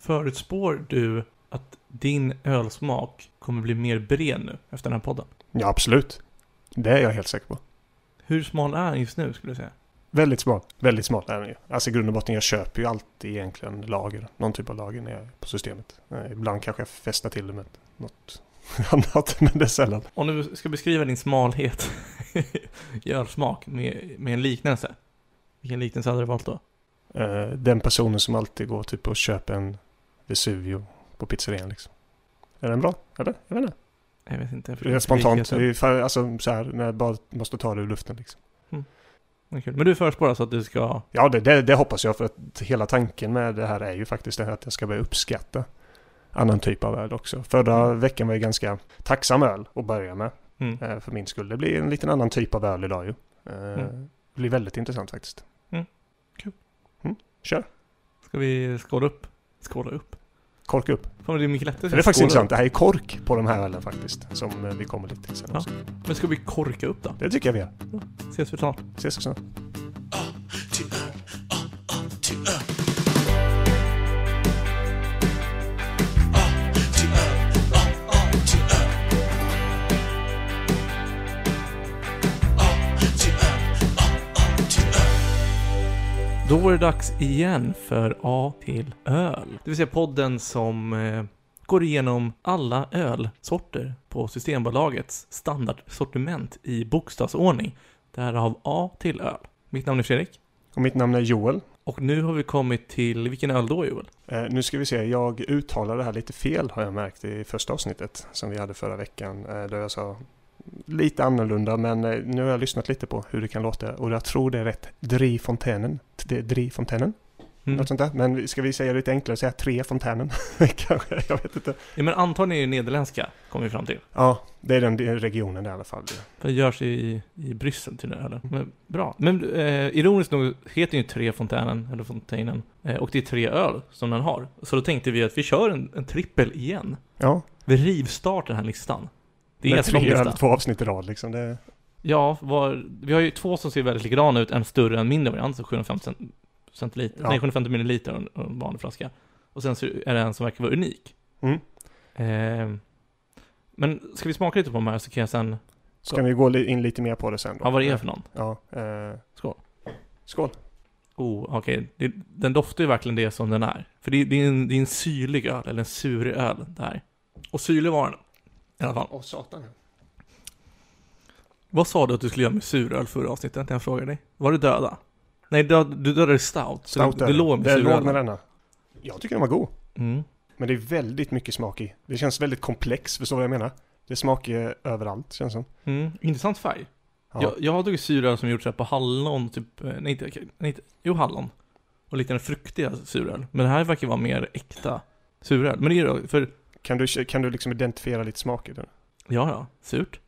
Förutspår du att din ölsmak kommer bli mer bred nu efter den här podden? Ja, absolut. Det är jag helt säker på. Hur smal är den just nu skulle du säga? Väldigt smal. Väldigt smal är den ju. Alltså i grund och botten, jag köper ju alltid egentligen lager. Någon typ av lager när jag är på systemet. Ibland kanske jag festar till det med något annat, men det är sällan. Om du ska beskriva din smalhet i ölsmak med en liknelse. Vilken liknelse hade du valt då? Den personen som alltid går typ och köper en Vesuvio på pizzerian liksom. Är den bra? Eller? Jag vet inte. Jag vet inte. Det är spontant. Alltså så här, när jag bara måste ta det ur luften liksom. Okay. Men du förspår alltså att du ska... Ja, det hoppas jag, för att hela tanken med det här är ju faktiskt det här att jag ska börja uppskatta annan typ av öl också. Förra veckan var jag ganska tacksam öl att börja med. För min skull. Det blir en liten annan typ av öl idag ju. Det blir väldigt intressant faktiskt. Kul. Kör. Ska vi skåla upp? Kork upp. Fan, det är mycket lättare. Det är faktiskt intressant. Det här är kork på de här ölen faktiskt. Som vi kommer lite till sen också. Men ska vi korka upp då? Det tycker jag vi gör. Ses vi snart. Ses vi snart. Då var det dags igen för A till öl. Det vill säga podden som går igenom alla ölsorter på Systembolagets standardsortiment i bokstavsordning. Därav A till öl. Mitt namn är Fredrik. Och mitt namn är Joel. Och nu har vi kommit till, vilken öl då, Joel? Nu ska vi se, jag uttalade det här lite fel har jag märkt i första avsnittet som vi hade förra veckan. Där jag sa lite annorlunda, men nu har jag lyssnat lite på hur det kan låta. Och jag tror det är rätt. Drifontänen. Något sånt där. Men ska vi säga lite enklare, säga Trefontänen? Kanske, jag vet inte. Ja, men antagligen är det nederländska, kommer vi fram till. Ja, det är den regionen i alla fall. Det görs i Bryssel till det, eller? Men, bra. Men ironiskt nog heter ju Trefontänen, eller Fontänen. Och det är 3 öl som den har. Så då tänkte vi att vi kör en trippel igen. Ja. Vi rivstartar den här listan. Det är 3 öl, 2 avsnitt i rad liksom. Det... Ja, vi har ju 2 som ser väldigt likadana ut. En större och en mindre variant, så 750 centiliter. Nej, 750 milliliter och en vanlig flaska. Och sen så är det en som verkar vara unik. Men ska vi smaka lite på de här så kan jag sen... Ska vi gå in lite mer på det sen då? Ja, vad det är för någon? Ja. Skål. Okej. Den doftar ju verkligen det som den är. För det är en syrlig öl, eller en surig öl där. Och syrlig var den i alla fall. Åh, satan. Vad sa du att du skulle göra med suröl förra avsnittet när jag frågade dig? Var det döda? Nej, du dödade stout. Det låg med suröl. låg med denna. Jag tycker den var god. Men det är väldigt mycket smak i. Det känns väldigt komplex, förstår vad jag menar? Det smakar överallt, känns som. Intressant färg. Ja. Jag har tagit suröl som gjort så här på hallon, typ, hallon. Och lite fruktiga suröl. Men det här verkar vara mer äkta suröl. Men det är då, för... Kan du liksom identifiera lite smak i den? Ja, surt.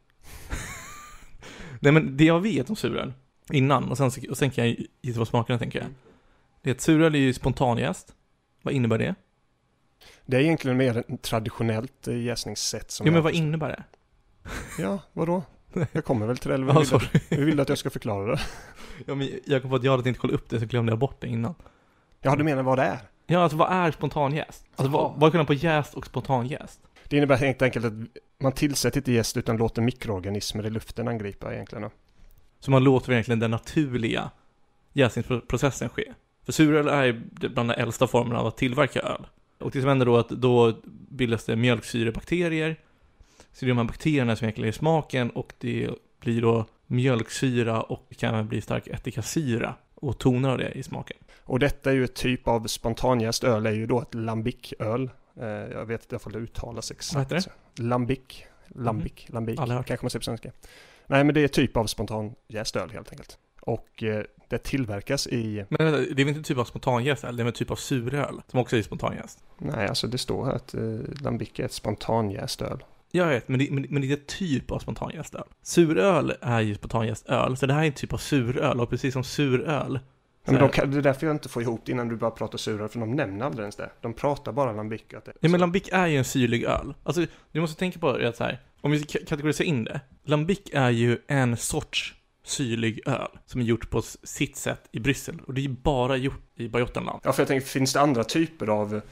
Nej, men det jag vet om suröl innan, och sen kan jag gissa vad smakerna, tänker jag. Det är att suröl är ju spontanjäst. Vad innebär det? Det är egentligen mer ett traditionellt jäsningssätt. Som men vad innebär det? Ja, vadå? Jag kommer väl till det. Jag vill att jag ska förklara det. Ja, men jag kom på att jag hade inte kollat upp det, så glömde jag bort det innan. Ja, du menar vad det är? Ja, alltså vad är spontanjäst? Alltså vad är skillnaden på jäst och spontanjäst? Det innebär helt enkelt att man tillsätter inte jäst utan låter mikroorganismer i luften angripa egentligen. Så man låter egentligen den naturliga jäsningsprocessen ske. För suröl är bland de äldsta formerna av att tillverka öl. Och det som händer då att då bildas det mjölksyrebakterier. Så det är de här bakterierna som egentligen är i smaken, och det blir då mjölksyra och det kan även bli stark ätikasyra och toner av det i smaken. Och detta är ju ett typ av spontanjäst öl, är ju då ett lambic-öl. Jag vet inte ifall det uttalas exakt. Vad heter det? Lambic. Kanske man säger på svenska. Nej, men det är typ av spontanjäst öl helt enkelt. Och det tillverkas i... Men det är väl inte en typ av spontanjäst öl, det är en typ av suröl som också är spontanjäst. Nej, alltså det står här att lambic är ett spontanjäst öl. Jag vet, men det är ett typ av spontanjästöl. Suröl är ju spontanjästöl, så det här är en typ av suröl, och precis som suröl. Men det är därför jag inte får ihop det innan du bara pratar suröl, för de nämner aldrig ens det. De pratar bara lambic. Ja, men lambic är ju en syrlig öl. Alltså, du måste tänka på det så här. Om vi kategoriserar in det. Lambic är ju en sorts syrlig öl som är gjort på sitt sätt i Bryssel. Och det är ju bara gjort i Bajottenland. Ja, för jag tänker, finns det andra typer av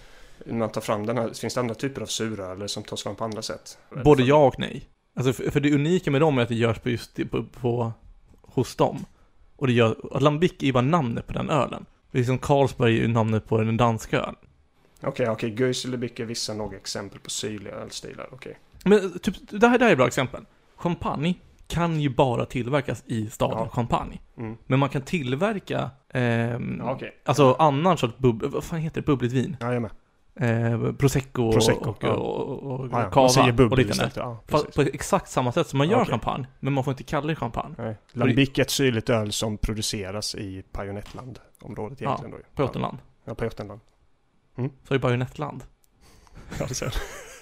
man tar fram den här, finns det andra typer av suröl som tas fram på andra sätt? Både ja och nej. Alltså för det unika med dem är att det görs på just hos dem. Och det gör, Lambic är ju bara namnet på den ölen. Det är som Carlsberg är ju namnet på den danska ölen. Okej. Gueuze och Lambic är vissa några exempel på syrliga ölstilar, okej. Men typ, det här är ett bra exempel. Champagne kan ju bara tillverkas i staden Champagne. Mm. Men man kan tillverka alltså annan sorts vad fan heter det? Bubbligt vin. Ja, jag med. Prosecco och cava och liknande. På exakt samma sätt som man gör champagne. Men man får inte kalla det champagne. Nej. Lambic är ett syrligt öl som produceras i Bajonettland-området egentligen. Ja, på Jottenland. Ja, på Jottenland. Så är Bajonettland. Ja, det ser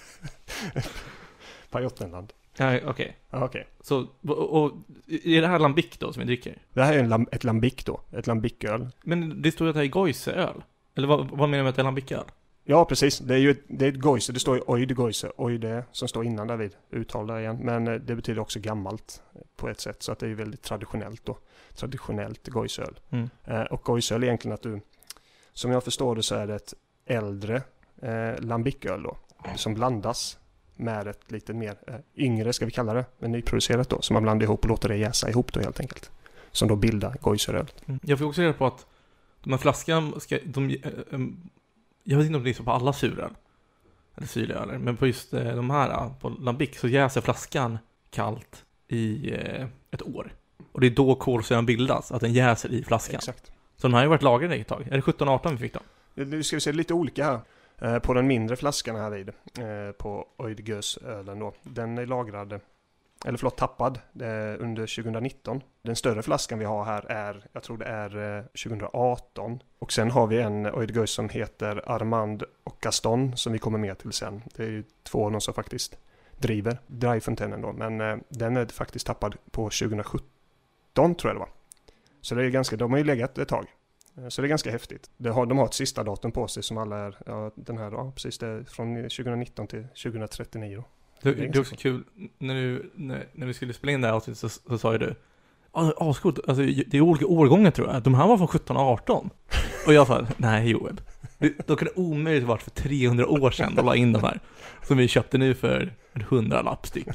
på Jottenland. Ja, okej. Okej. Så, och är det här Lambic då som vi dricker? Det här är ett Lambic då. Ett Lambic-öl. Men det står ju att det här är Goise-öl. Eller vad menar du med att det är Lambic-öl? Ja, precis. Det är ett Goise. Det står ju Oid Goise. Oid som står innan där vid. Uttal där igen. Men det betyder också gammalt på ett sätt. Så att det är ju väldigt traditionellt då. Traditionellt Goise-öl. Och Goise-öl är egentligen att du... Som jag förstår det så är det ett äldre Lambic-öl då. Som blandas med ett lite mer yngre, ska vi kalla det, men nyproducerat då, som man blandar ihop och låter det jäsa ihop då helt enkelt. Som då bildar Goiseröl. Jag får också reda på att de här flaskan jag vet inte om det är så på alla suröl eller syrliga öler, men på just de här på Lambic så jäser flaskan kallt i ett år. Och det är då kolsyran bildas, att den jäser i flaskan. Exakt. Så den har ju varit lagrad ett tag. Är det 17-18 vi fick då? Nu ska vi se lite olika här. På den mindre flaskan här vid, på Oid Goise-ölen då. Den är lagrad, tappad under 2019. Den större flaskan vi har här är, jag tror det är 2018. Och sen har vi en Oid Goise som heter Armand och Gaston som vi kommer med till sen. Det är ju två av dem som faktiskt driver Dryfontainen då. Men den är faktiskt tappad på 2017 tror jag det var. Så det är ganska, de har ju legat ett tag. Så det är ganska häftigt. De har ett sista datum på sig som alla är, den här då, precis det, från 2019 till 2039 då. Det är också kul, när vi skulle spela in det här avsnittet så sa ju du ascoolt, alltså det är olika årgångar tror jag. De här var från 17 och 18. Och jag sa, nej Joel, då kan det omöjligt ha varit för 300 år sedan och la in de här. Som vi köpte nu för 100 lappstyck.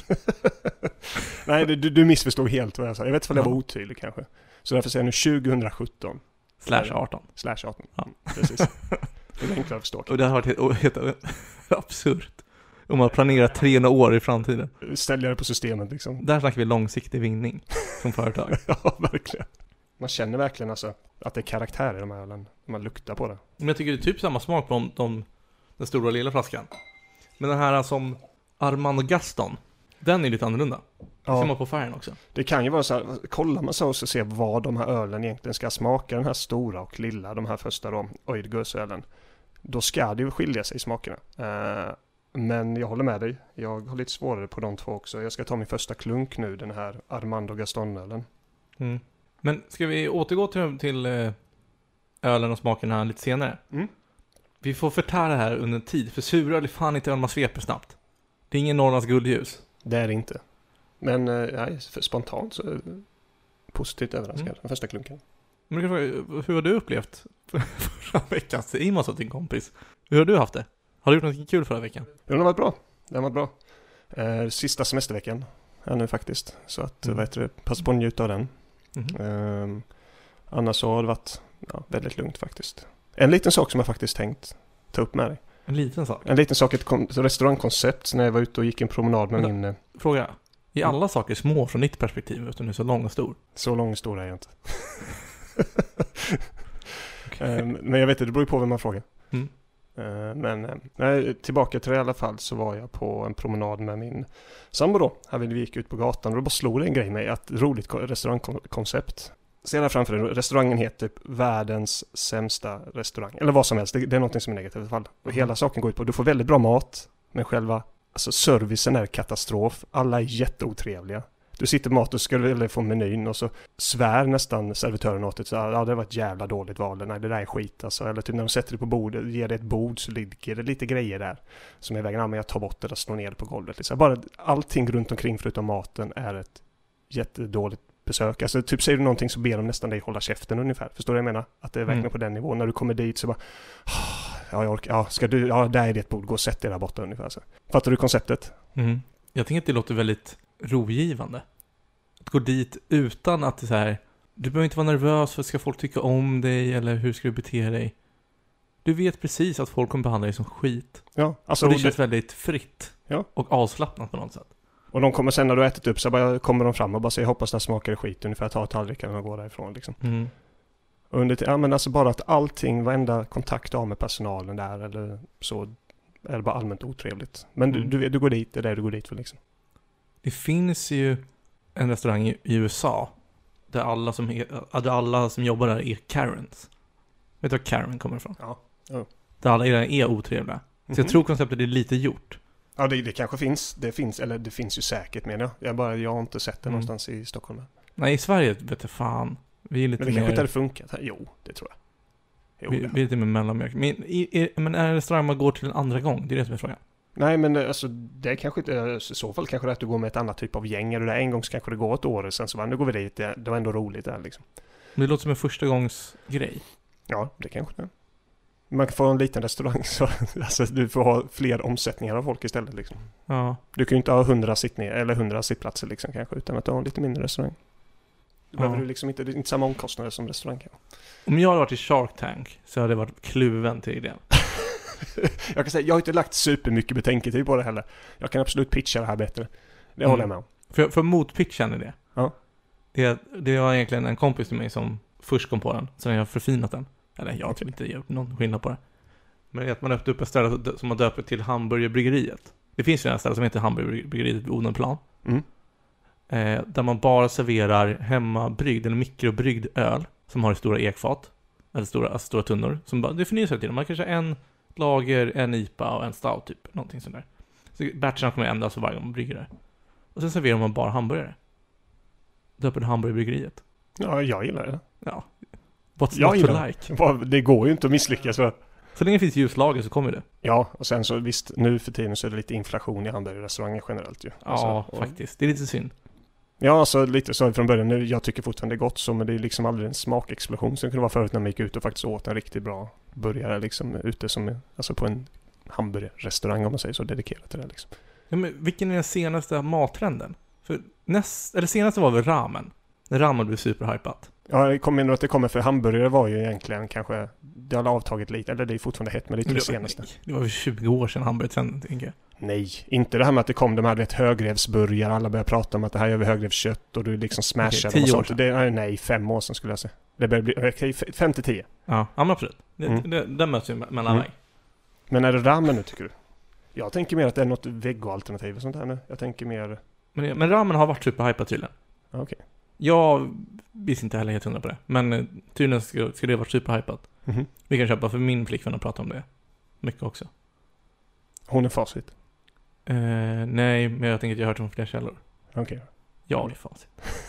Nej, du missförstod helt vad jag sa. Jag vet inte om det var otydligt kanske. Så därför säger jag nu 2017. /18. Ja. Precis. Det är enklare att förstå. Och det har varit helt absurt. Om man planerar 300 år i framtiden. Ställer det på systemet liksom. Där snackar vi långsiktig vinning som företag. Ja, verkligen. Man känner verkligen alltså att det är karaktär i de här ölen. Man luktar på det. Men jag tycker det är typ samma smak på den stora och lilla flaskan. Men den här som Armand och Gaston, den är lite annorlunda. Det ser man på färgen också. Det kan ju vara så här, kollar man så ser vad de här ölen egentligen ska smaka, den här stora och lilla, de här första då, Oid Goise-ölen. Då ska det ju skilja sig i smakerna. Men jag håller med dig. Jag har lite svårare på de två också. Jag ska ta min första klunk nu, den här Armand och Gaston-ölen. Men ska vi återgå till ölen och smaken här lite senare? Vi får förtära här under en tid, för suröl är fan inte öl man sveper snabbt. Det är ingen Norrlands guldljus. Det är det inte. Men för spontant så är det positivt överraskad. Den första klunken. Men hur har du upplevt förra veckan? Säg man så till en kompis. Hur har du haft det? Har du gjort något kul förra veckan? Ja, det var bra. Sista semesterveckan är nu faktiskt. Så att passa på att njuta av den. Annars så har det varit väldigt lugnt faktiskt. En liten sak som jag faktiskt tänkt ta upp med dig. En liten sak, ett restaurangkoncept när jag var ute och gick en promenad med min... Fråga. Är alla saker små från ditt perspektiv utan du är så lång och stor? Så lång och stor är jag inte. Men jag vet inte, det beror ju på vem man frågar. Men tillbaka till det i alla fall så var jag på en promenad med min sambo då. Här vi gick ut på gatan och då bara slog det en grej med ett roligt restaurangkoncept. Ser där framför dig, restaurangen heter världens sämsta restaurang. Eller vad som helst, det är något som är negativt i alla fall. Och hela saken går ut på, du får väldigt bra mat, men själva servicen är katastrof. Alla är jätteotrevliga. Du sitter på mat och ska få menyn och så svär nästan servitören åt det. Så, det var ett jävla dåligt val. Nej, det där är skit alltså. Eller typ när de sätter det på bordet, ger det ett bord så ligger det lite grejer där. Som är vägen, men jag tar bort det och slår ner det på golvet. Liksom. Bara allting runt omkring förutom maten är ett jättedåligt besök. Alltså typ säger du någonting så ber de nästan dig hålla käften ungefär. Förstår du vad jag menar? Att det är verkligen på den nivån. När du kommer dit så bara jag orkar. Ja, ska du, ja, där är ditt bord. Gå och sätt dig där borta ungefär. Så. Fattar du konceptet? Mm. Jag tänker att det låter väldigt rogivande. Att gå dit utan att det är så här, du behöver inte vara nervös för ska folk tycka om dig eller hur ska du bete dig. Du vet precis att folk kommer behandla dig som skit. Ja, alltså, och det känns väldigt fritt. Ja. Och avslappnat på något sätt. Och de kommer sen när du har ätit upp så bara kommer de fram och bara säger hoppas det smakar skit ungefär, ta tallriken och gå därifrån liksom. Mm. Och ja, men alltså bara att allting, varenda kontakt du har med personalen där eller så är det bara allmänt otrevligt. Men du går dit, det är det du går dit för liksom. Det finns ju en restaurang i USA där alla som jobbar där är Karens. Vet du var Karen kommer ifrån? Ja. Där alla är otrevliga. Så jag tror konceptet är lite gjort. Ja, det kanske finns. Det finns ju säkert, menar jag. Jag har inte sett det någonstans i Stockholm. Nej, i Sverige vet jag fan. Vi är lite men det mer... kanske inte hade funkat. Jo, det tror jag. Vi är lite mer mellanmjölk. Men är det en restaurang man går till en andra gång? Det är det som är frågan. Nej, men alltså, det är kanske inte... I så fall kanske det är att du går med ett annat typ av gäng. Eller en gång så kanske det går ett år. Sen så bara, nu går vi dit. Det var ändå roligt där liksom. Men det låter som en första gångs grej. Ja, det kanske det är. Man kan få en liten restaurang så alltså, du får ha fler omsättningar av folk istället liksom. Ja. Du kan ju inte ha 100 sittplatser liksom kanske, utan att du har en lite mindre restaurang. Då behöver du liksom inte, det är inte samma omkostnader som restaurang kan. Om jag hade varit i Shark Tank så hade det varit kluven till idén. Jag kan säga, jag har inte lagt supermycket betänketid på det heller. Jag kan absolut pitcha det här bättre. Det håller jag med om. För motpitchen är det. Ja. Det var egentligen en kompis till mig som först kom på den. Sen har jag förfinat den. Eller jag har inte gjort någon skillnad på det. Men det är att man öppnar upp ett ställe som har döpt till Hamburgerbryggeriet. Det finns ju en ställe som heter Hamburgerbryggeriet vid Odenplan. Där man bara serverar hemmabryggd eller mikrobryggd öl som har stora ekfat. Eller stora tunnor. Som bara, det förnyas hela tiden. Man kanske en lager, en IPA och en stout typ. Någonting sånt där. Så batcherna kommer ändras för varje gång man brygger där. Och sen serverar man bara hamburgare. Döper det Hamburgerbryggeriet. Ja, jag gillar det. Ja. What's not to like? Det går ju inte att misslyckas. Så länge det finns ljuslager så kommer det. Ja, och sen så visst, nu för tiden så är det lite inflation i hamburgerrestauranger generellt ju. Ja, faktiskt. Det är lite synd. Ja, alltså lite så från början. Nu, jag tycker fortfarande det är gott så, men det är liksom aldrig en smakexplosion som kunde vara förut när man gick ut och faktiskt åt en riktigt bra burgare liksom ute som, alltså på en hamburgerrestaurang om man säger så, dedikerat till det liksom. Ja, men vilken är den senaste mattrenden? För senaste var väl ramen. När ramen blev superhypat. Ja, det kommer nog att det kommer för hamburgare var ju egentligen kanske, det har avtagit lite, eller det är fortfarande hett, men det är det senaste. Det var ju 20 år sedan hamburgertrenden, tänker jag. Nej, inte det här med att det kom de här högrevsburgare, alla började prata om att det här gör vi högrevskött och du liksom smashar okay, 10 år sedan. Nej, 5 år sedan skulle jag säga. Det börjar bli, 5-10. Ja, men absolut. Det möts ju mellan mig. Men är det ramen nu tycker du? Jag tänker mer att det är något veggo-alternativ och sånt här nu. Jag tänker mer... Men ramen har varit superhypat tydligen. Okej. Okay. Jag visste inte heller helt hundra på det. Men tydligen ska det vara superhypat. Mm-hmm. Vi kan köpa för min flickvän och prata om det. Mycket också. Hon är facit? Nej, men jag tänker att jag har hört om flera källor. Okej. Okay. Jag är facit.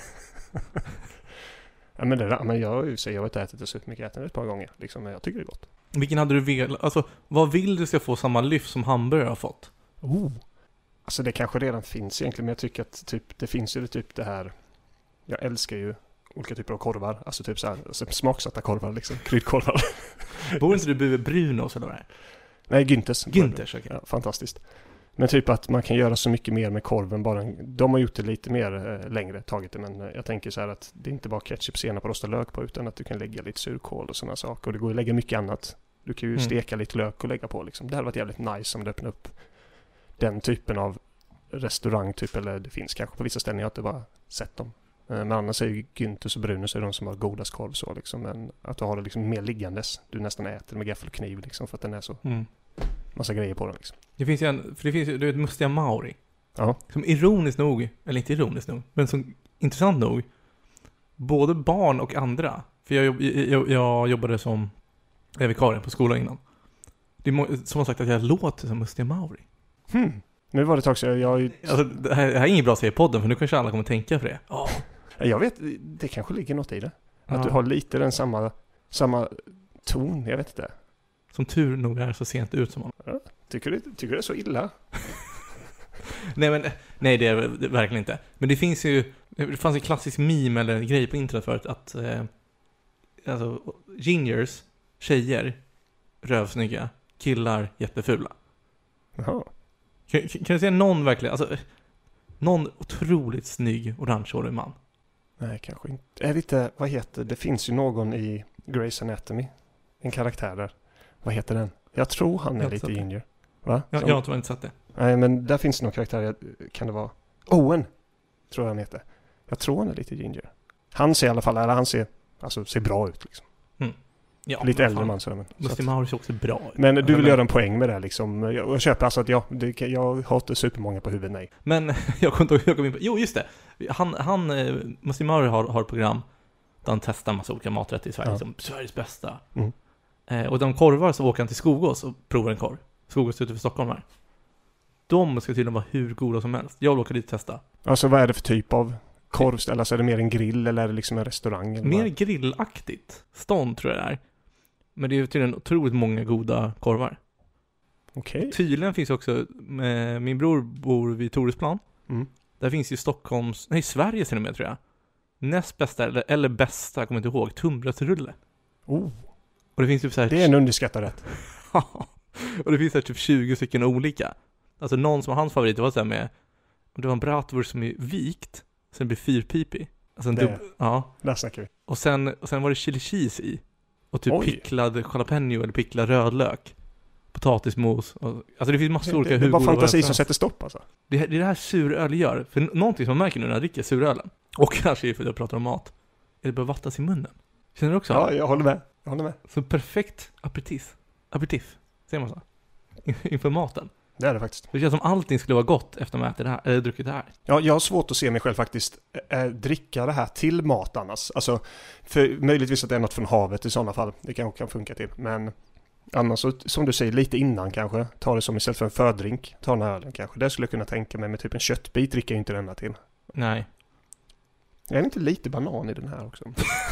Ja, men jag har ju inte ätit det supermycket, ätit det ett par gånger. Liksom, men jag tycker det är gott. Vilken hade du velat? Alltså, vad vill du ska få samma lyft som hamburgare har fått? Alltså det kanske redan finns egentligen, men jag tycker att typ, det finns ju typ det här. Jag älskar ju olika typer av korvar. Alltså typ så här, alltså smaksatta korvar liksom. Kryddkorvar. Bor inte du bredvid Brunos eller vad det är? Nej, Günthers. Günthers, okej. Ja, fantastiskt. Men typ att man kan göra så mycket mer med korven. De har gjort det lite mer längre taget. Men jag tänker så här att det är inte bara ketchup, senap och rostad lök på. Utan att du kan lägga lite surkål och sådana saker. Och det går att lägga mycket annat. Du kan ju steka lite lök och lägga på liksom. Det hade varit jävligt nice om det öppnar upp den typen av restaurang typ. Eller det finns kanske på vissa ställen. Jag har inte bara sett dem. Men annars är ju Günthers och Brunos är de som har godast korv så liksom. Men att du har det liksom mer liggandes. Du nästan äter med gaffel och kniv liksom. För att den är så... Massa grejer på den liksom. Det finns ju du vet Mustiga Mauri. Ja. Som ironiskt nog, eller inte ironiskt nog, men som intressant nog, både barn och andra. För jag jobbade som vikarie på skolan innan. Det är som har sagt att jag låter som Mustiga Mauri. Nu var det ett tag så alltså, det här är inget bra att säga i podden, för nu kanske alla kommer tänka för det. Jag vet, det kanske ligger något i det. Att du har lite den samma ton, jag vet inte. Som tur nog är så sent ut som man. Ja, tycker du det är så illa? nej, det är det verkligen inte. Men det fanns en klassisk meme eller grej på internet förut att alltså, gingers, tjejer, rövsnygga, killar jättefula. Jaha. Kan du se någon verkligen, alltså någon otroligt snygg orangehårig man? Nej, kanske inte. Jag vet inte, vad heter det? finns ju någon i Grey's Anatomy. En karaktär där. Vad heter den? Jag tror han är lite ginger. Va? Jag har inte sett det. Nej, men där finns någon karaktär. Kan det vara? Owen, tror jag han heter. Jag tror han är lite ginger. Han ser i alla fall, eller han ser bra ut liksom. Ja, lite äldre man sådär. Muslim Mauri ser också bra ut. Men du vill göra en poäng med det liksom. Jag köper alltså att jag har inte supermånga på huvudet, nej. Men jag kom in på, jo just det. Muslim Mauri har ett program där han testar en massa olika maträtter i Sverige, som Sveriges bästa. Och de korvar, så åker han till Skogås och provar en korv. Skogås utanför Stockholm här. De ska tydligen vara hur goda som helst. Jag vill åka dit och testa. Alltså vad är det för typ av korvställ? Alltså är det mer en grill eller är det liksom en restaurang? Eller mer grillaktigt. Stånd tror jag det är. Men det är ju tydligen otroligt många goda korvar. Okej. Tydligen finns också, min bror bor vid Toresplan. Där finns ju Sveriges till och med tror jag. Näst bästa, eller bästa, jag kommer inte ihåg, tunnbrödsrulle. Och det finns typ så här... Det är en underskattad rätt. Och det finns här typ 20 stycken olika. Alltså någon som hans favorit var så här med, det var en bratwurst som är vikt, sen blir fyrpipig. Alltså Där snackar vi. Och sen var det chili cheese i. Och typ picklad jalapeno eller picklad rödlök. Potatismos. Alltså det finns massor olika det är bara fantasi som sätter stopp alltså. Det är det här suröl gör. För någonting som man märker nu när jag dricker surölen, och kanske för att jag pratar om mat, är det bara vattnas i munnen. Känner du också? Ja, jag håller med. Så perfekt aperitif. Säger man så? Inför maten. Det är det faktiskt. Det känns som allting skulle vara gott efter man äter det här, eller druckit det här. Ja, jag har svårt att se mig själv faktiskt dricka det här till mat annars. Alltså, för möjligtvis att det är något från havet i sådana fall. Det kanske kan funka till. Men annars, så, som du säger, lite innan kanske. Ta det som istället för en fördrink. Ta den här ölen kanske. Det skulle jag kunna tänka mig med typ en köttbit. Dricker jag inte denna till. Nej. Är det inte lite banan i den här också?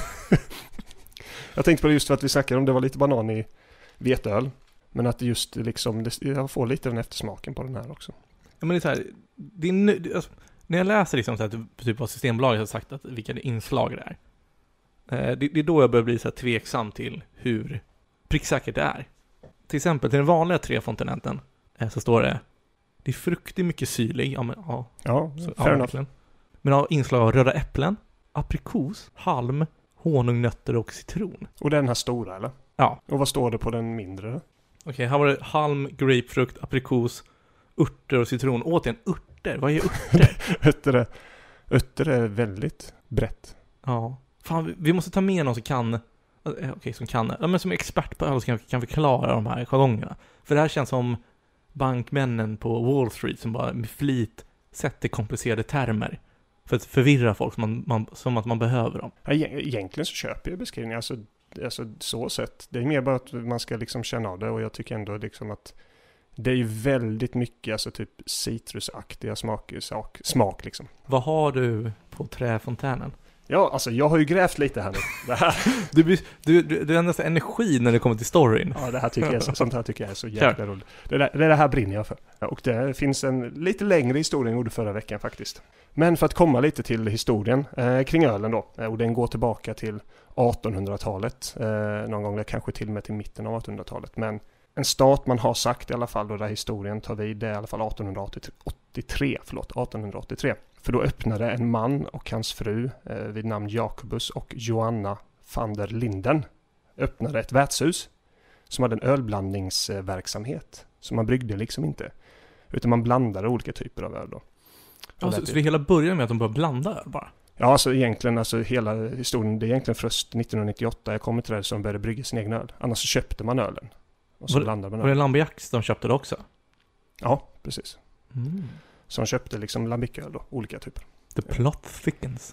Jag tänkte på det just för att vi snackade om det var lite banan i vetöl. Men att det just liksom, jag får lite den eftersmaken på den här också. Ja, men det är så här, alltså, när jag läser liksom så här, typ vad Systembolaget har sagt att vilka inslag det är. Det är då jag börjar bli så här tveksam till hur pricksäkert det är. Till exempel till den vanliga 3-fontenenten så står det är fruktig, mycket syrlig. Fair enough. Men har inslag av röda äpplen, aprikos, halm, honungnötter och citron. Och den här stora eller? Ja. Och vad står det på den mindre? Okej, här var det halm, grapefrukt, aprikos, örter och citron. Återigen, örter. Vad är örter? Örter är väldigt brett. Ja. Fan, vi måste ta med någon som kan... som kan... Ja, men som är expert på öl som kan förklara de här jargongerna. För det här känns som bankmännen på Wall Street som bara med flit sätter komplicerade termer för att förvirra folk som att man behöver dem. Ja, egentligen så köper jag beskrivningar. Alltså så sett. Det är mer bara att man ska liksom känna av det, och jag tycker ändå liksom att det är ju väldigt mycket alltså typ citrusaktiga smak liksom. Vad har du på träfontänen? Ja, alltså jag har ju grävt lite här nu. Det här. Du ändrar så energi när det kommer till storyn. Ja, det här tycker jag sånt här tycker jag är så jävla roligt. Det här brinner jag för. Ja, och det finns en lite längre historia än gjorde förra veckan faktiskt. Men för att komma lite till historien kring ölen då, och den går tillbaka till 1800-talet, någon gång, kanske till och med till mitten av 1800-talet. Men en start man har sagt i alla fall, då där historien tar vid, det är i alla fall 1883. För då öppnade en man och hans fru vid namn Jacobus och Joanna van der Linden öppnade ett värdshus som hade en ölblandningsverksamhet. Så man bryggde liksom inte, utan man blandade olika typer av öl då. Alltså, så det hela började med att de började blanda öl bara? Ja, alltså egentligen, alltså hela historien, det är egentligen först 1998 jag kommer till det som började brygga sin egen öl. Annars så köpte man ölen. Och så blandade man öl. Var det Lambiax de köpte det också? Ja, precis. Så de köpte liksom lambiköl då, olika typer. The plot thickens.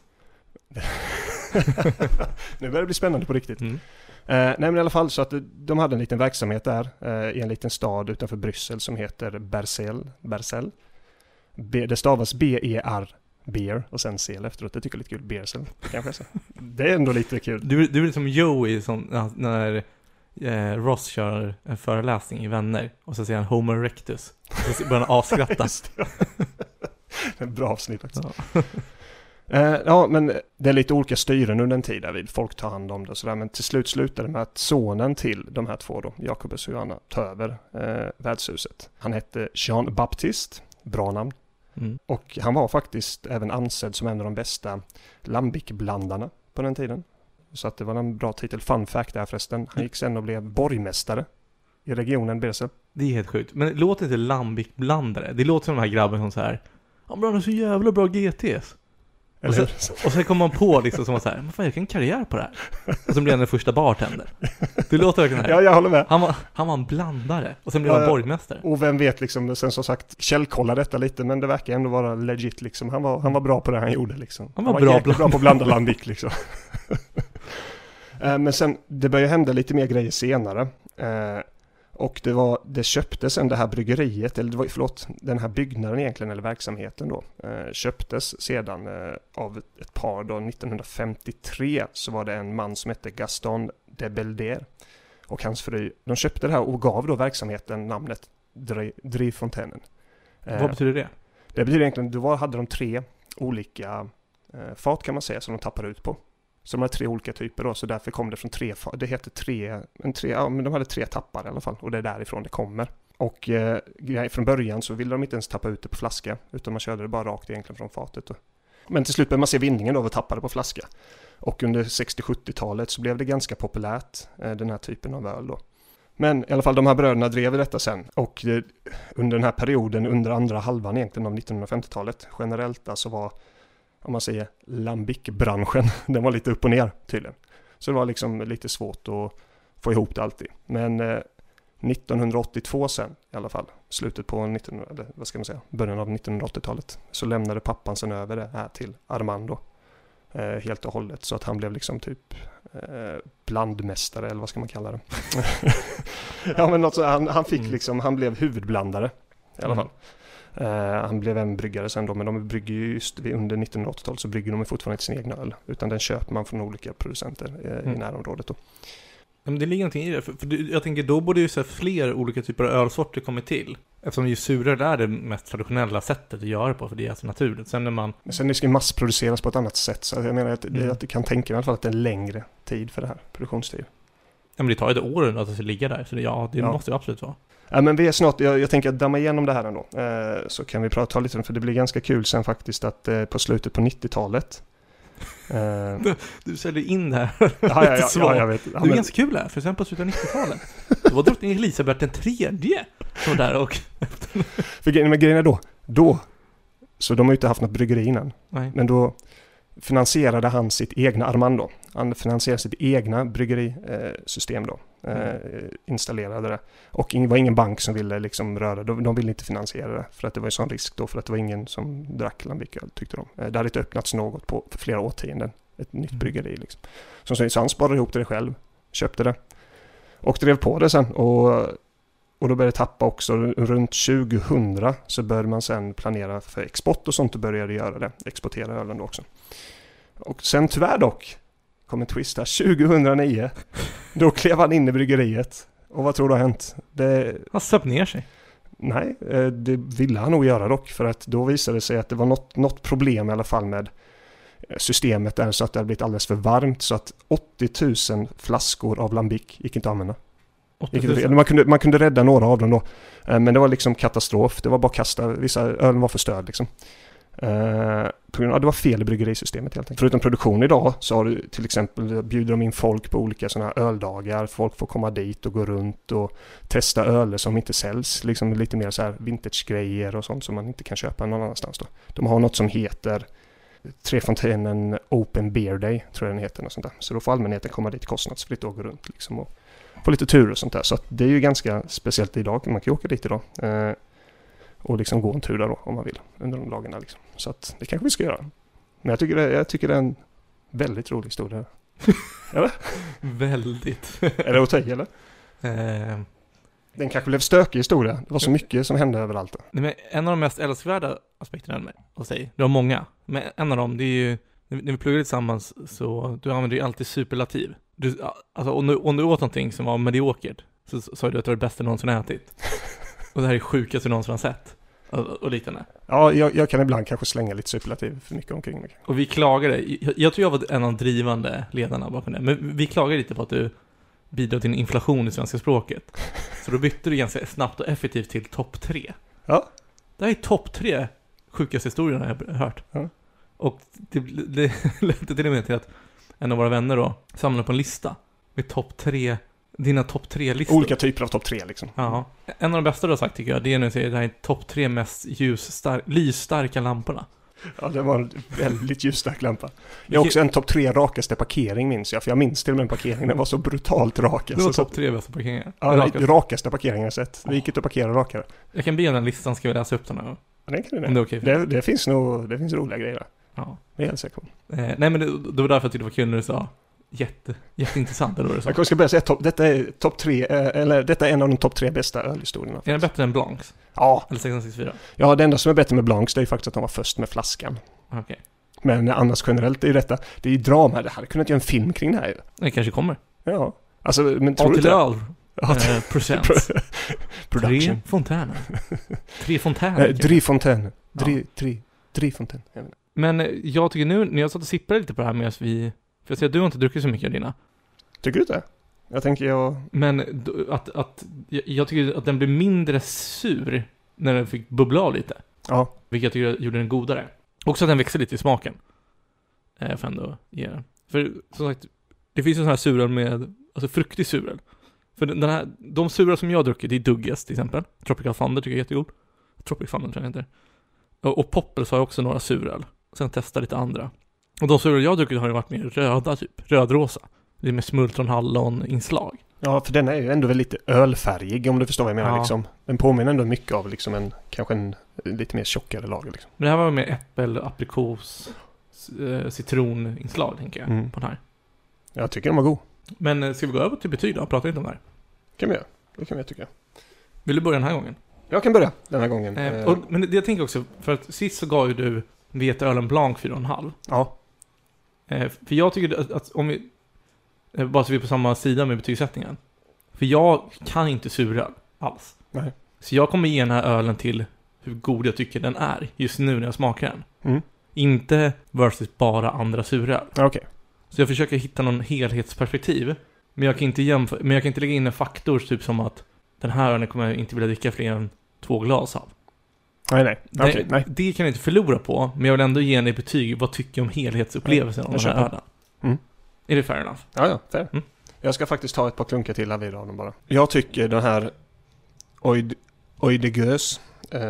Nu börjar det bli spännande på riktigt. Nej, men i alla fall så att de hade en liten verksamhet där i en liten stad utanför Bryssel som heter Bersel. Det stavas B-E-R, beer, och sen sel efteråt. Det tycker jag är lite kul. Bersel, kanske så. Det är ändå lite kul. Du är liksom Joey som när Ross kör en föreläsning i Vänner och så säger han Homo erectus. Och så börjar han avskratta. En bra avsnitt faktiskt. Ja, men det är lite olika styren under en tid där folk tar hand om det och sådär. Men till slut slutade det med att sonen till de här två då, Jakobus och Johanna, tar över värdshuset. Han hette Jean Baptiste, bra namn. Och han var faktiskt även ansedd som en av de bästa lambic-blandarna på den tiden. Så att det var en bra titel. Fun fact där förresten. Han gick sen och blev borgmästare i regionen Bresel. Det är helt sjukt. Men det låter inte lambic-blandare. Det låter som de här grabben som så här, han blandar så jävla bra GTs. Och sen kom man på liksom som var så här, men fan, jag kan en karriär på det här. Och sen blev han den första bartender. Det låter verkligen här. Ja, jag håller med. Han var en blandare. Och sen blev han borgmästare. Och vem vet liksom, sen som sagt, källkolla detta lite, men det verkar ändå vara legit liksom. Han var bra på det han gjorde liksom. Han var bra på att blanda lambic liksom. Men sen, det började hända lite mer grejer senare. Och det köptes sen det här bryggeriet, eller den här byggnaden egentligen, eller verksamheten då, köptes sedan av ett par då. 1953 så var det en man som hette Gaston de Belder och hans fru. De köpte det här och gav då verksamheten namnet Drivfontänen. Vad betyder det? Det betyder egentligen, då hade de 3 olika fat kan man säga som de tappade ut på. Så de hade 3 olika typer då, så därför kom det från 3, det heter men de hade 3 tappar i alla fall, och det är därifrån det kommer. Och från början så ville de inte ens tappa ut det på flaska, utan man körde det bara rakt egentligen från fatet då. Men till slut började man se vinningen då av att tappa det på flaska. Och under 60-70-talet så blev det ganska populärt, den här typen av öl då. Men i alla fall, de här bröderna drev detta sen. Och under den här perioden, under andra halvan egentligen av 1950-talet, generellt alltså var, om man säger, lambic-branschen, den var lite upp och ner tydligen. Så det var liksom lite svårt att få ihop det alltid. Men 1982 sen i alla fall, slutet på början av 1980-talet, så lämnade pappan sen över det här till Armando helt och hållet. Så att han blev liksom typ blandmästare, eller vad ska man kalla det? Ja, men alltså, han fick liksom, han blev huvudblandare i alla fall. Han blev en bryggare sen då, men de brygger ju just under 1980-talet så brygger de fortfarande inte sin egna öl, utan den köper man från olika producenter i närområdet då. Men det ligger någonting i det, för jag tänker då borde ju så fler olika typer av ölsorter kommit till. Eftersom ju suröl är det mest traditionella sättet att göra på, för det är alltså naturligt. Sen det ska massproduceras på ett annat sätt, så jag menar att du kan tänka i alla fall att det är en längre tid för det här, produktionstid. Ja, men det tar ju ett år att det ska ligga där, så det måste ju absolut vara. Ja, men vi är snart, jag tänker att damma igenom det här ändå, så kan vi prata lite om, för det blir ganska kul sen faktiskt att på slutet på 90-talet du säljer in det här. Ja, jag vet. Det är ganska kul här, för sen på slutet av 90-talet då var drottning Elisabeth den 3:e som där och för grejen är då så de har ju inte haft något bryggeri innan. Nej. Men då finansierade han sitt egna Armando. Han finansierade sitt egna bryggerisystem då. Installerade det. Och det var ingen bank som ville liksom röra det. De ville inte finansiera det, för att det var en sån risk då, för att det var ingen som drack lambic-öl, tyckte de. Det hade inte öppnats något för flera årtionden. Ett nytt bryggeri liksom. Så han sparade ihop det själv, köpte det och drev på det sen. Och då började det tappa också. Runt 2000 så började man sen planera för export och sånt, och började göra det. Exportera ölen då också. Och sen tyvärr dock kom en twist här. 2009 då klev han in i bryggeriet. Och vad tror du har hänt? Han söp ner sig. Nej, det ville han nog göra dock. För att då visade det sig att det var något problem i alla fall med systemet där, så att det hade blivit alldeles för varmt. Så att 80 000 flaskor av lambic gick inte att använda. Man kunde rädda några av dem då. Men det var liksom katastrof. Det var bara att kasta. Vissa ölen var förstörd liksom. På grund av att det var fel i bryggerisystemet helt enkelt. Förutom produktion idag så har du till exempel, bjuder de in folk på olika sådana här öldagar. Folk får komma dit och gå runt och testa öler som inte säljs. Liksom lite mer så här vintage-grejer och sånt som man inte kan köpa någon annanstans då. De har något som heter Trefontänen Open Beer Day, tror jag den heter. Och sånt där. Så då får allmänheten komma dit kostnadsfritt och gå runt liksom och få lite tur och sånt där. Så att det är ju ganska speciellt idag. Man kan ju åka dit idag och liksom gå en tur där då, om man vill, under de dagarna liksom. Så att det kanske vi ska göra. Men jag tycker det är en väldigt rolig historia. Eller? Väldigt. Är det okej, eller? Den kanske blev stökig historia. Det var så mycket som hände överallt. Nej, men en av de mest älskvärda aspekterna med att säga, det var många. Men en av dem, det är ju, när vi pluggar tillsammans så du använder ju alltid superlativ. Alltså, om du åt någonting som var mediokert så sa du att det var det bästa någonsin ätit. Och det här är sjukaste någonsin har sett. och liknande. Ja, jag kan ibland kanske slänga lite superlativ för mycket omkring mig. Och vi klagade, jag tror jag var en av de drivande ledarna bakom det, men vi klagade lite på att du bidrar till en inflation i svenska språket. Så då bytte du ganska snabbt och effektivt till topp 3. Ja. Det här är topp 3 sjukaste historierna jag har hört. Ja. Och det ledde till och med till att en av våra vänner då samlade på en lista med topp 3, dina topp 3-listor. Olika typer av topp 3 liksom. Ja. En av de bästa du har sagt tycker jag, det är när du säger det här är topp 3 mest lysstarka lamporna. Ja, det var en väldigt ljusstark lampa. Jag har också en topp 3 rakaste parkering minns jag. För jag minns till och med en parkering, den var så brutalt rak. Det var topp 3 bästa parkeringar. Ja, rakaste parkeringen jag sett. Vi gick ut och parkerade rakare. Jag kan be om den listan, ska vi läsa upp den här? Ja, den kan du om det är okej för det finns roliga grejer där. Ja. Det är helt säkert. Nej men det var därför jag tyckte det var kul när du sa jätteintressant eller vad du sa. Jag ska börja säga detta är topp 3 eller detta är en av de topp 3 bästa ölhistorierna. Är den bättre än Blancs? Ja. Eller 1664? Ja, det enda som är bättre med Blancs det är ju faktiskt att de var först med flaskan. Okej. Men annars generellt är ju detta, det är ju drama. Det hade kunnat göra en film kring det här ju. Det kanske kommer. Ja. Alltså, men tror du inte procent. Production. 3 fontäner. 3 fontäner. Dri fontäner. Men jag tycker nu, när jag satt och sippade lite på det här med att för jag ser att du har inte druckit så mycket av dina. Tycker du det? Jag tänker Men jag tycker att den blir mindre sur när den fick bubbla av lite. Ja. Vilket jag tycker gjorde den godare. Också att den växer lite i smaken. Jag får ändå ge den. För som sagt, det finns ju sån här suröl med, alltså fruktig suröl. För de suröl som jag har druckit, det är Dugges till exempel. Tropical Thunder tycker jag är jättegod. Tropic Thunder tror jag inte. Och Poppels har också några suröl. Sen testar lite andra. Och de suröl jag har druckit har ju varit mer röda typ. Rödrosa. Det är med smultron-hallon-inslag. Ja, för den är ju ändå väl lite ölfärgig om du förstår vad jag menar. Ja. Liksom. Den påminner ändå mycket av liksom kanske en lite mer tjockare lager. Liksom. Men det här var med äppel, aprikos, citroninslag tänker jag på den här. Jag tycker den var god. Men ska vi gå över till betyg då? Pratar inte om det här? Kan vi göra. Det kan vi tycka. Vill du börja den här gången? Jag kan börja den här gången. Men det jag tänker också, för att sist så gav ju du veteölen Blanc 4,5. Ja. För jag tycker att om vi bara så vi är på samma sida med betygssättningen. För jag kan inte suröl alls. Nej. Så jag kommer ge den här ölen till hur god jag tycker den är just nu när jag smakar den. Inte versus bara andra suröl. Okay. Så jag försöker hitta någon helhetsperspektiv. Men jag kan inte lägga in en faktor typ som att den här ölen kommer jag inte vilja dricka fler än 2 glas av. Nej. Det kan jag inte förlora på. Men jag vill ändå ge en betyg. Vad tycker jag om helhetsupplevelsen av den här ölen? Är det fair enough? Ja, fair. Jag ska faktiskt ta ett par klunkar till av dem bara. Jag tycker den här Oeil de Gueuze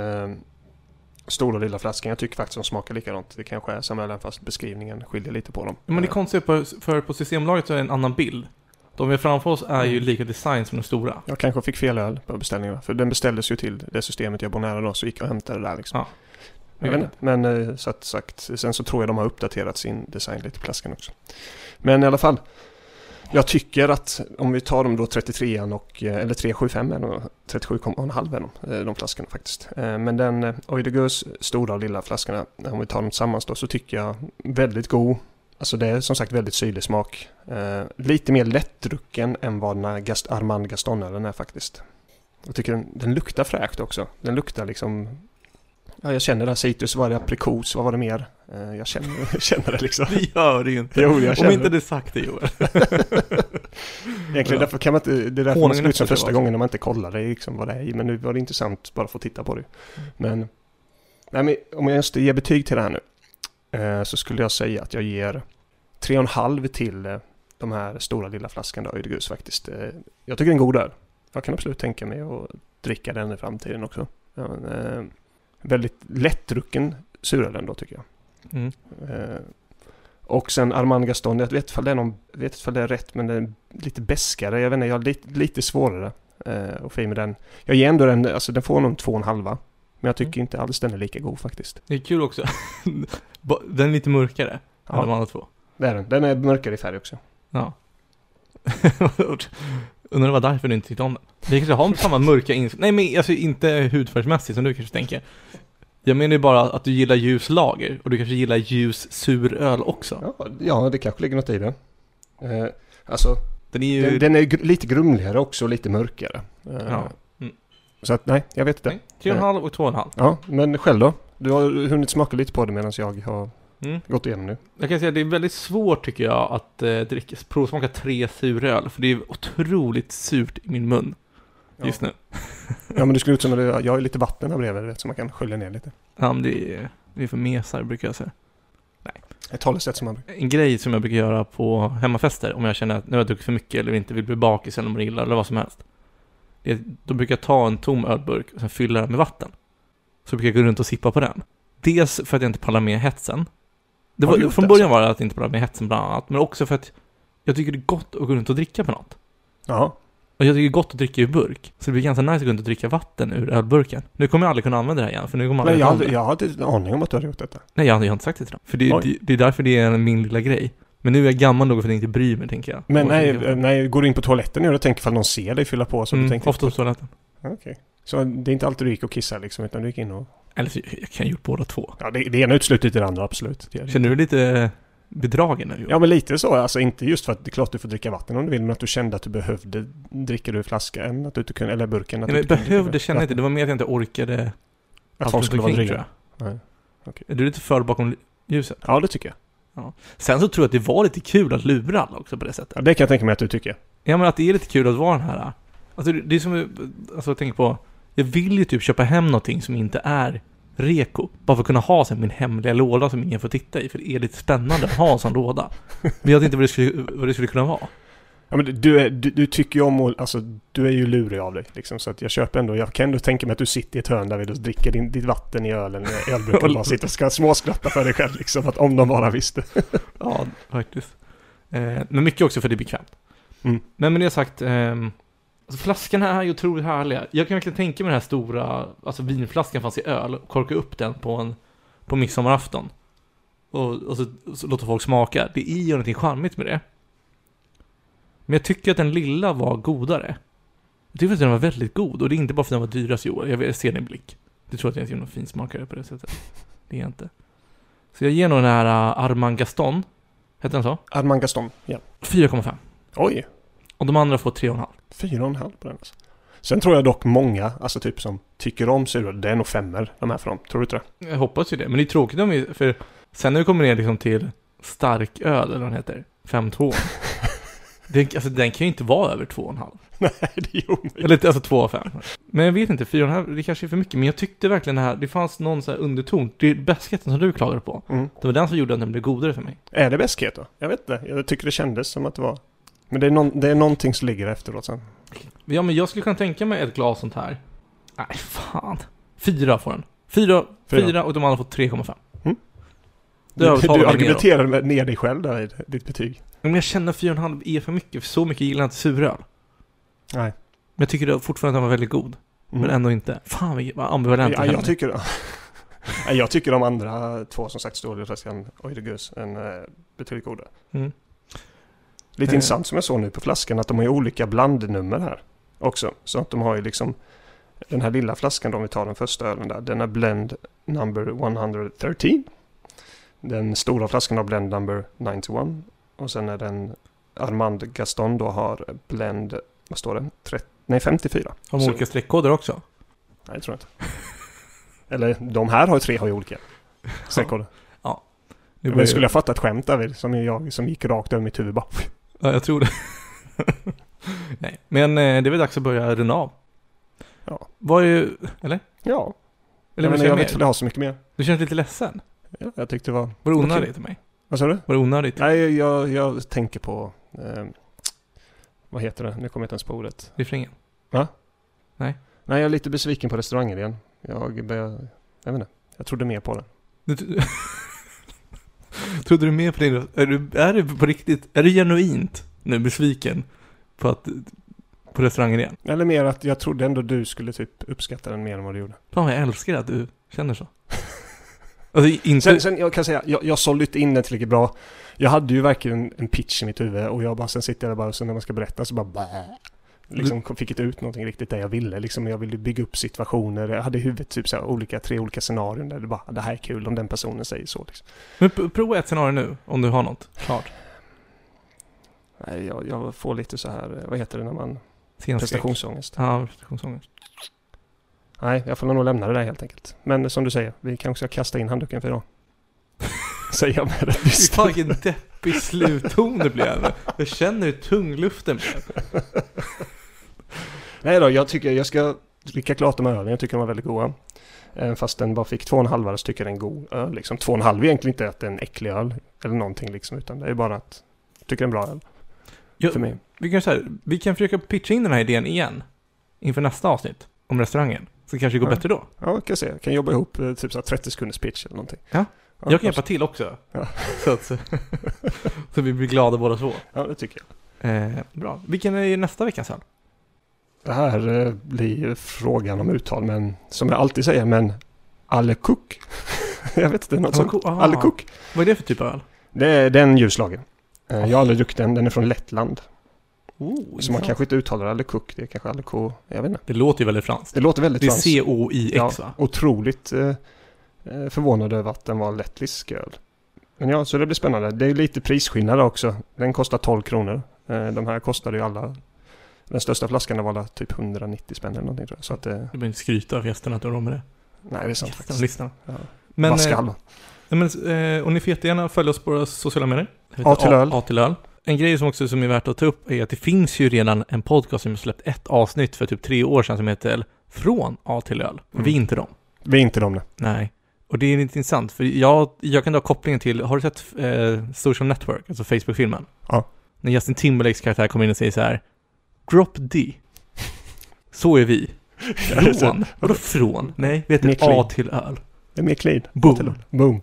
stora lilla flaskan, jag tycker faktiskt de smakar likadant. Det kanske är som ölen fast beskrivningen skiljer lite på dem. Men det är konstigt för på Systembolaget så är det en annan bild. De vi har framför oss är ju lika design som de stora. Jag kanske fick fel öl på beställningarna. För den beställdes ju till det systemet jag bor nära då. Så gick jag och hämtade det där liksom. Ja. Men så att sagt. Sen så tror jag de har uppdaterat sin design lite på flaskan också. Men i alla fall. Jag tycker att om vi tar dem då 33an och eller 375 eller 37,5 de flaskorna faktiskt. Men den Oeil de Gueuze stora och lilla flaskorna, om vi tar dem tillsammans då, så tycker jag väldigt god. Alltså det är som sagt väldigt syrlig smak. Lite mer lättdrucken än vad den här Armand Gaston-ölen är faktiskt. Jag tycker den luktar fräscht också. Den luktar liksom... Ja, jag känner det här citrus, var det aprikos, vad var det mer? Jag känner det liksom. Det gör det inte. Jo, jag känner om inte det sagt det, Joel. Egentligen därför kan man inte... Det är därför man ska ut som första gången när man inte kollar det liksom vad det är i. Men nu var det intressant bara få titta på det. Men om jag måste ge betyg till det här nu. Så skulle jag säga att jag ger 3,5 till de här stora lilla flaskan då, Oeil de Gueuze faktiskt. Jag tycker den är god där. Jag kan absolut tänka mig att dricka den i framtiden också. Väldigt lättdrucken suröl då tycker jag. Och sen Armand Gaston, jag vet inte om det är rätt, men det är lite bäskare. Jag vet inte, jag har lite svårare att få i med den. Jag ger ändå den, alltså den får nog 2,5. Men jag tycker inte alls den är lika god faktiskt. Det är kul också. Den är lite mörkare än de andra två. Det är den. Den är mörkare i färg också. Ja. Undrar vad därför du inte tyckte om den. Vi kanske har samma mörka Nej men alltså inte hudfärgsmässigt som du kanske tänker. Jag menar ju bara att du gillar ljus lager. Och du kanske gillar ljus suröl också. Ja, det kanske ligger något i det. Alltså den är ju... den är lite grumligare också och lite mörkare. Så att, nej, jag vet inte. 3,5 och 2,5. Ja, men själv då? Du har hunnit smaka lite på det medan jag har gått igenom nu. Jag kan säga att det är väldigt svårt tycker jag att provsmaka 3 suröl. För det är otroligt surt i min mun just nu. Ja, men det skulle ut som att jag har lite vatten här bredvid, vet, så man kan skölja ner lite. Ja, men det är för mesar brukar jag säga. Nej. Ett talesätt som man... En grej som jag brukar göra på hemmafester, om jag känner att nu har jag druckit för mycket eller inte vill bli bakis eller mår illa eller vad som helst. Då brukar jag ta en tom ölburk och sen fylla den med vatten. Så brukar jag gå runt och sippa på den. Dels för att jag inte pallar med hetsen. Från början var det att jag inte pallar med hetsen bland annat. Men också för att jag tycker det är gott att gå runt och dricka på något. Ja. Och jag tycker det är gott att dricka ur burk. Så det blir ganska nice att gå runt och dricka vatten ur ölburken. Nu kommer jag aldrig kunna använda det här igen. För nu kommer jag hade en aning om att du hade gjort detta. Nej, jag har inte sagt det till dem. För det är därför det är min lilla grej. Men nu är jag gammal nog för att jag inte bryr mig, tänker jag. Men nej, går du in på toaletten nu och tänker ifall någon ser dig fylla på så du tänker... Ofta på toaletten. Okej. Så det är inte alltid du gick och kissar liksom, utan du gick in och... Eller jag kan ju gjort båda två. Ja, det ena utesluter det andra, absolut. Känner du lite bedragen nu? Ja, men lite så. Alltså inte just för att det är klart du får dricka vatten om du vill, men att du kände att du behövde dricka ur flaskan, att du inte kunde, eller burken. Att nej, men behövde känna inte. Det var mer att jag inte orkade att folk skulle vara dryga. Nej. Okay. Är du lite för bakom ljuset? Ja, det tycker jag. Ja. Sen så tror jag att det var lite kul att lura alla också på det sättet. Ja, det kan jag tänka mig att du tycker. Ja, men att det är lite kul att vara den här. Alltså det är som, alltså jag tänker på, jag vill ju typ köpa hem någonting som inte är reko. Bara för att kunna ha min hemliga låda som ingen får titta i. För det är lite spännande att ha en sån låda. Men jag vet inte vad det skulle kunna vara. Ja, men du tycker ju om, alltså du är ju lurig av dig liksom, så att jag köper ändå, jag kan ändå tänka mig att du sitter i ett hörn där och dricker ditt vatten i ölen i ölburken och bara sitter och ska småskratta för dig själv liksom, att om de bara visste. Ja, faktiskt. Men mycket också för det är bekvämt. Men med det sagt, alltså flaskorna är ju otroligt härliga. Jag kan verkligen tänka mig den här stora, alltså vinflaskan fanns i öl, och korka upp den på midsommarafton. Och så låter folk smaka. Det är ju någonting charmigt med det. Men jag tycker att den lilla var godare. Jag tycker att den var väldigt god. Och det är inte bara för att den var dyrast i år. Jag ser din blick. Du tror att jag inte är någon fin smakare på det sättet. Det är jag inte. Så jag ger nog den här Armand Gaston. Heter den så? Armand Gaston, ja. 4,5. Oj. Och de andra får 3,5. 4,5 på den alltså. Sen tror jag dock många, alltså typ som tycker om suröl, det är nog 5:or de här för dem. Tror du inte det? Jag hoppas ju det. Men det är tråkigt om vi, för sen när vi kommer ner liksom till starköl, eller vad den heter, 5,2. Alltså den kan ju inte vara över 2,5. Nej, det är omöjligt. Eller alltså 2,5. Men jag vet inte, 4,5, det kanske är för mycket. Men jag tyckte verkligen det här, det fanns någon så här underton. Det är bäskheten som du klagade på. Det var den som gjorde att den blev godare för mig. Är det bäskhet då? Jag vet inte. Jag tycker det kändes som att det var. Men det är någonting som ligger efteråt sen. Ja, men jag skulle kunna tänka mig ett glas sånt här. Nej, fan. 4 får den. 4 och de andra får 3,5. Du argumenterar ner dig själv där i ditt betyg. Men jag känner 4,5 är för mycket. För så mycket gillar jag inte suröl. Nej. Men jag tycker det fortfarande att den var väldigt god. Men ändå inte. Fan vad ambivalent jag tycker de andra två som sagt Stålflaskan och Gus en betydligt godare. Lite intressant som jag såg nu på flaskan att de har olika blandnummer här också. Så att de har ju liksom den här lilla flaskan om vi tar den första ölen där. Den är blend number 113. Den stora flaskan har blend number 91. Och sen är den Armand Gaston då har blend, vad står det? 54. Har de olika streckkoder också? Nej, jag tror inte. Eller de här har ju olika streckkoder. Ja. Men skulle jag fatta ett skämt där som gick rakt över mitt huvud bara. Ja, jag tror det. Nej, men det är väl dags att börja runda av. Ja. Var ju, eller? Ja. Eller jag vet inte, jag har så mycket mer. Du känns lite ledsen? Ja, jag tyckte det var... Var det onödigt till mig? Vad sa du? Var det onödigt? Nej, jag tänker på... vad heter det? Nu kommer jag inte ens på ordet. Refrängen? Va? Nej, jag är lite besviken på restaurangen igen. Jag vet inte. Jag trodde mer på det. Trodde du mer på det? Är du på riktigt? Är du genuint nu besviken på restaurangen igen? Eller mer att jag trodde ändå du skulle typ uppskatta den mer än vad du gjorde. Fan, jag älskar att du känner så. Alltså, inte... sen jag kan säga, jag sålde inte in den tillräckligt bra. Jag hade ju verkligen en pitch i mitt huvud och jag bara, sen sitter jag bara, så när man ska berätta så bara liksom fick inte ut någonting riktigt där jag ville. Liksom, jag ville bygga upp situationer. Jag hade i huvudet typ så här, 3 olika scenarier där det bara, det här är kul om den personen säger så. Liksom. Men prova ett scenario nu, om du har något klart. Nej, jag får lite så här, vad heter det när man... Scenskräck. Prestationsångest. Ja, prestationsångest. Nej, jag får nog lämna det där helt enkelt. Men som du säger, vi kan också kasta in handduken för idag. Säger jag med det dystert. Fan, vilken deppig slutton det blev. Jag känner hur tung luften blev. Nej då, jag tycker jag ska dricka klart de här ölen. Jag tycker de var väldigt goda. Fast den bara fick 2,5 så tycker jag det är en god öl. Liksom. 2,5 är egentligen inte att det är en äcklig öl eller någonting liksom, utan det är bara att jag tycker det är en bra öl. För mig. Vi kan försöka pitcha in den här idén igen inför nästa avsnitt om restaurangen. Så kanske det går bättre då. Ja, jag kan se. Jag kan jobba ihop typ så 30 sekunders pitch eller någonting. Ja. Jag kan hjälpa till också. Ja. Så vi blir glada båda två. Ja, det tycker jag. Bra. Vilken är nästa veckas öl? Det här blir frågan om uttal, men som jag alltid säger, men Allekuk. Jag vet inte, något sånt. Allekuk. Vad är det för typ av öl? Det är den ljuslagen. Jag har aldrig druckit den. Den är från Lettland. Så man kanske inte uttalar Allekuk. Det är kanske Alleko. Jag vet inte. Det låter ju väldigt franskt. Det låter väldigt franskt. Det är COIX, va? Otroligt förvånad över att den var lettlisk öl. Men ja, så det blir spännande. Det är lite prisskillnad också. Den kostar 12 kronor. De här kostade ju alla. Den största flaskan var typ 190 spänn eller någonting, tror jag. Så att det blir inte skryta av gästerna att du har med det. Nej, det är sant faktiskt. Lyssna. Ja. Men, vad skall? Och ni får jättegärna följa oss på våra sociala medier. A till öl. En grej som också är värt att ta upp är att det finns ju redan en podcast som har släppt ett avsnitt för typ 3 år sedan som heter Från A till öl. Vi är inte dem. Vi är inte dem, nej. Och det är intressant, för jag kan ha kopplingen till, har du sett Social Network, alltså Facebook-filmen? Ja. När Justin Timberlakes karaktär kommer in och säger så här: Drop D. Så är vi. Från. Vadå från? Nej, vi heter A till öl. Det är mer clean. Boom. Boom.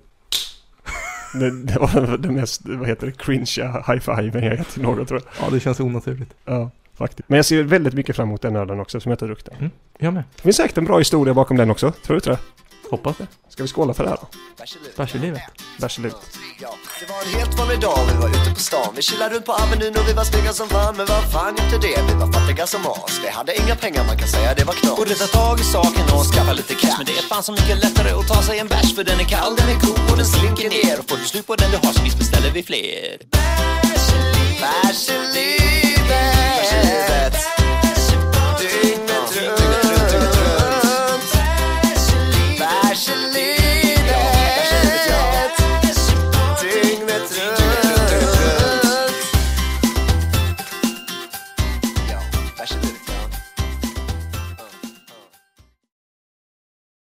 Det var det mest, vad heter det, cringe high-five jag till något, tror jag. Ja, det känns onaturligt. Ja, faktiskt. Men jag ser väldigt mycket fram emot den ölen också, som jag inte druckit. Jag med. Det finns säkert en bra historia bakom den också, tror du inte det? Hoppas det. Ska vi skåla för det här då? Bärselivet. Bärselivet. Det var en helt vanlig dag, vi var ute på stan. Vi chillade runt på Avenyn och vi var snygga som fan. Men vad fan inte det, vi var fattiga som as. Vi hade inga pengar, man kan säga det var knas. Borde ta tag i saken och skaffa lite cash. Men det är fan så mycket lättare att ta sig en bärs. För den är kall, den är god och den slinker ner. Och får du slut på den du har så visst beställer vi fler.